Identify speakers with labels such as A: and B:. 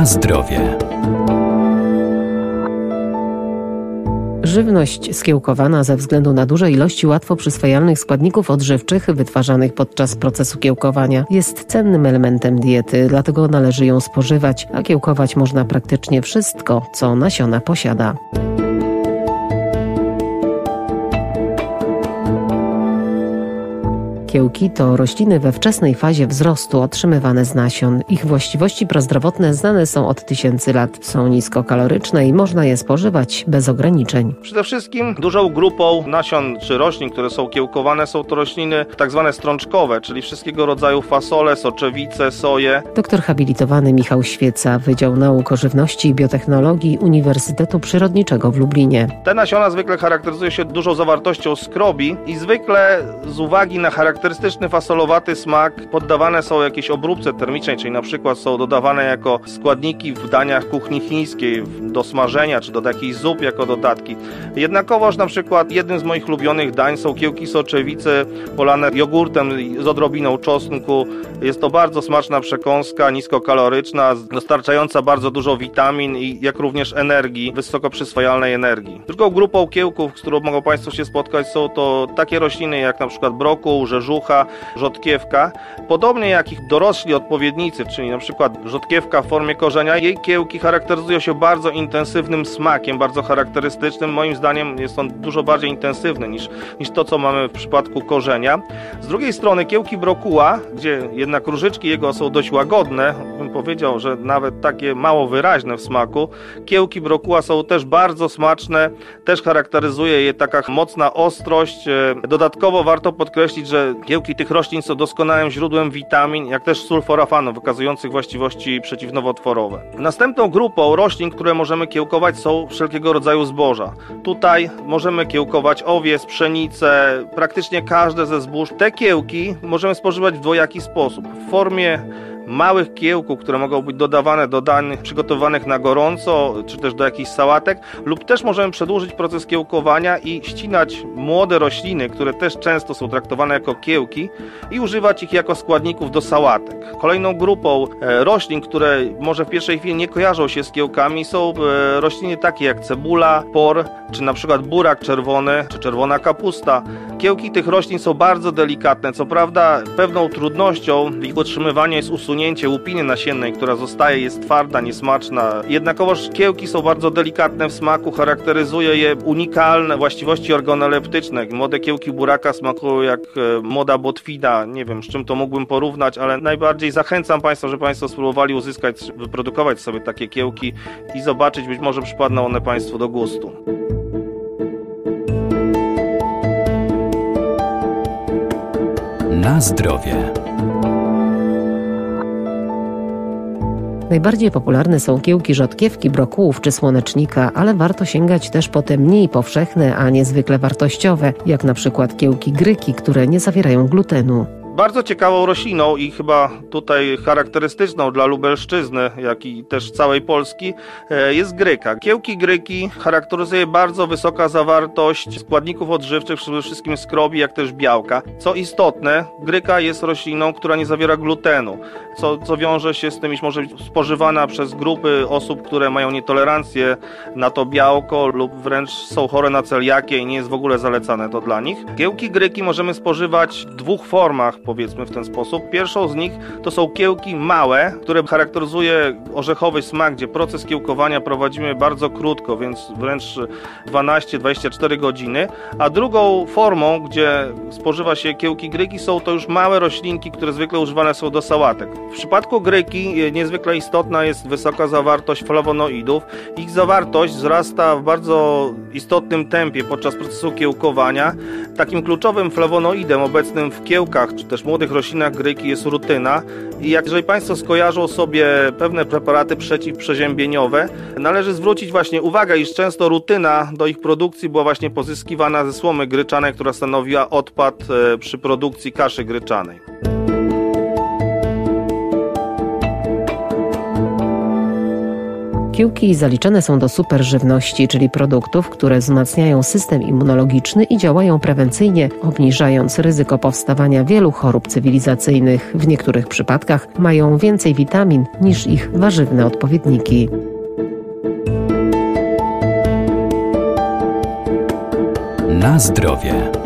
A: Na zdrowie.
B: Żywność skiełkowana ze względu na duże ilości łatwo przyswajalnych składników odżywczych wytwarzanych podczas procesu kiełkowania jest cennym elementem diety, dlatego należy ją spożywać, a kiełkować można praktycznie wszystko, co nasiona posiada. Kiełki to rośliny we wczesnej fazie wzrostu otrzymywane z nasion. Ich właściwości prozdrowotne znane są od tysięcy lat. Są niskokaloryczne i można je spożywać bez ograniczeń.
C: Przede wszystkim dużą grupą nasion czy roślin, które są kiełkowane, są to rośliny tak zwane strączkowe, czyli wszystkiego rodzaju fasole, soczewice, soje.
B: Doktor habilitowany Michał Świeca, Wydział Nauk o Żywności i Biotechnologii Uniwersytetu Przyrodniczego w Lublinie.
C: Te nasiona zwykle charakteryzują się dużą zawartością skrobi i zwykle z uwagi na charakterystyczny fasolowaty smak poddawane są jakiejś obróbce termicznej, czyli na przykład są dodawane jako składniki w daniach kuchni chińskiej do smażenia czy do jakichś zup jako dodatki. Jednakowoż na przykład jednym z moich ulubionych dań są kiełki soczewicy polane jogurtem z odrobiną czosnku. Jest to bardzo smaczna przekąska, niskokaloryczna, dostarczająca bardzo dużo witamin i jak również energii, wysoko przyswajalnej energii. Drugą grupą kiełków, z którą mogą Państwo się spotkać, są to takie rośliny jak na przykład brokuł, rzeżucha, rzodkiewka. Podobnie jak ich dorośli odpowiednicy, czyli na przykład rzodkiewka w formie korzenia, jej kiełki charakteryzują się bardzo intensywnym smakiem, bardzo charakterystycznym. Moim zdaniem jest on dużo bardziej intensywny niż to, co mamy w przypadku korzenia. Z drugiej strony kiełki brokuła, gdzie jednak różyczki jego są dość łagodne, bym powiedział, że nawet takie mało wyraźne w smaku. Kiełki brokuła są też bardzo smaczne, też charakteryzuje je taka mocna ostrość. Dodatkowo warto podkreślić, że kiełki tych roślin są doskonałym źródłem witamin, jak też sulforafanu, wykazujących właściwości przeciwnowotworowe. Następną grupą roślin, które możemy kiełkować, są wszelkiego rodzaju zboża. Tutaj możemy kiełkować owiec, pszenicę, praktycznie każde ze zbóż. Te kiełki możemy spożywać w dwojaki sposób. W formie małych kiełków, które mogą być dodawane do dań przygotowanych na gorąco, czy też do jakichś sałatek, lub też możemy przedłużyć proces kiełkowania i ścinać młode rośliny, które też często są traktowane jako kiełki i używać ich jako składników do sałatek. Kolejną grupą roślin, które może w pierwszej chwili nie kojarzą się z kiełkami, są rośliny takie jak cebula, por, czy na przykład burak czerwony, czy czerwona kapusta. Kiełki tych roślin są bardzo delikatne, co prawda pewną trudnością w ich utrzymywaniu jest usunięcie łupiny nasiennej, która zostaje, jest twarda, niesmaczna. Jednakowoż kiełki są bardzo delikatne w smaku, charakteryzuje je unikalne właściwości organoleptyczne. Młode kiełki buraka smakują jak młoda botwina, nie wiem z czym to mógłbym porównać, ale najbardziej zachęcam Państwa, żeby Państwo spróbowali uzyskać, wyprodukować sobie takie kiełki i zobaczyć, być może przypadną one Państwu do gustu.
A: Na zdrowie.
B: Najbardziej popularne są kiełki rzodkiewki, brokułów czy słonecznika, ale warto sięgać też po te mniej powszechne, a niezwykle wartościowe, jak na przykład kiełki gryki, które nie zawierają glutenu.
C: Bardzo ciekawą rośliną i chyba tutaj charakterystyczną dla Lubelszczyzny, jak i też całej Polski jest gryka. Kiełki gryki charakteryzuje bardzo wysoka zawartość składników odżywczych, przede wszystkim skrobi, jak też białka. Co istotne, gryka jest rośliną, która nie zawiera glutenu, co wiąże się z tym, iż może być spożywana przez grupy osób, które mają nietolerancję na to białko lub wręcz są chore na celiakię i nie jest w ogóle zalecane to dla nich. Kiełki gryki możemy spożywać w dwóch formach, powiedzmy w ten sposób. Pierwszą z nich to są kiełki małe, które charakteryzuje orzechowy smak, gdzie proces kiełkowania prowadzimy bardzo krótko, więc wręcz 12-24 godziny. A drugą formą, gdzie spożywa się kiełki gryki, są to już małe roślinki, które zwykle używane są do sałatek. W przypadku gryki niezwykle istotna jest wysoka zawartość flawonoidów. Ich zawartość wzrasta w bardzo istotnym tempie podczas procesu kiełkowania. Takim kluczowym flawonoidem obecnym w kiełkach, czy też młodych roślinach gryki jest rutyna. I jeżeli Państwo skojarzą sobie pewne preparaty przeciwprzeziębieniowe, należy zwrócić właśnie uwagę, iż często rutyna do ich produkcji była właśnie pozyskiwana ze słomy gryczanej, która stanowiła odpad przy produkcji kaszy gryczanej.
B: Kiełki zaliczane są do superżywności, czyli produktów, które wzmacniają system immunologiczny i działają prewencyjnie, obniżając ryzyko powstawania wielu chorób cywilizacyjnych. W niektórych przypadkach mają więcej witamin niż ich warzywne odpowiedniki.
A: Na zdrowie.